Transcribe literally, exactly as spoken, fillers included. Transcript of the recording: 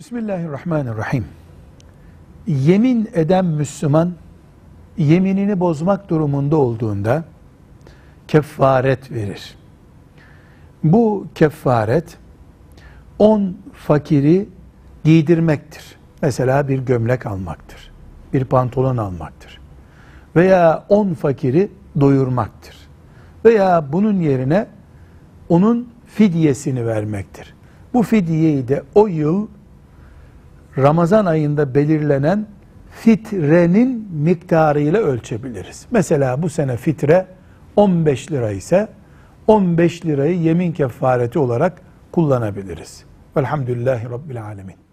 Bismillahirrahmanirrahim. Yemin eden Müslüman, yeminini bozmak durumunda olduğunda kefaret verir. Bu kefaret on fakiri giydirmektir. Mesela bir gömlek almaktır, bir pantolon almaktır. Veya on fakiri doyurmaktır. Veya bunun yerine onun fidyesini vermektir. Bu fidyeyi de o yıl Ramazan ayında belirlenen fitrenin miktarıyla ölçebiliriz. Mesela bu sene fitre on beş lira ise on beş lirayı yemin kefareti olarak kullanabiliriz. Velhamdülillahi Rabbil Alemin.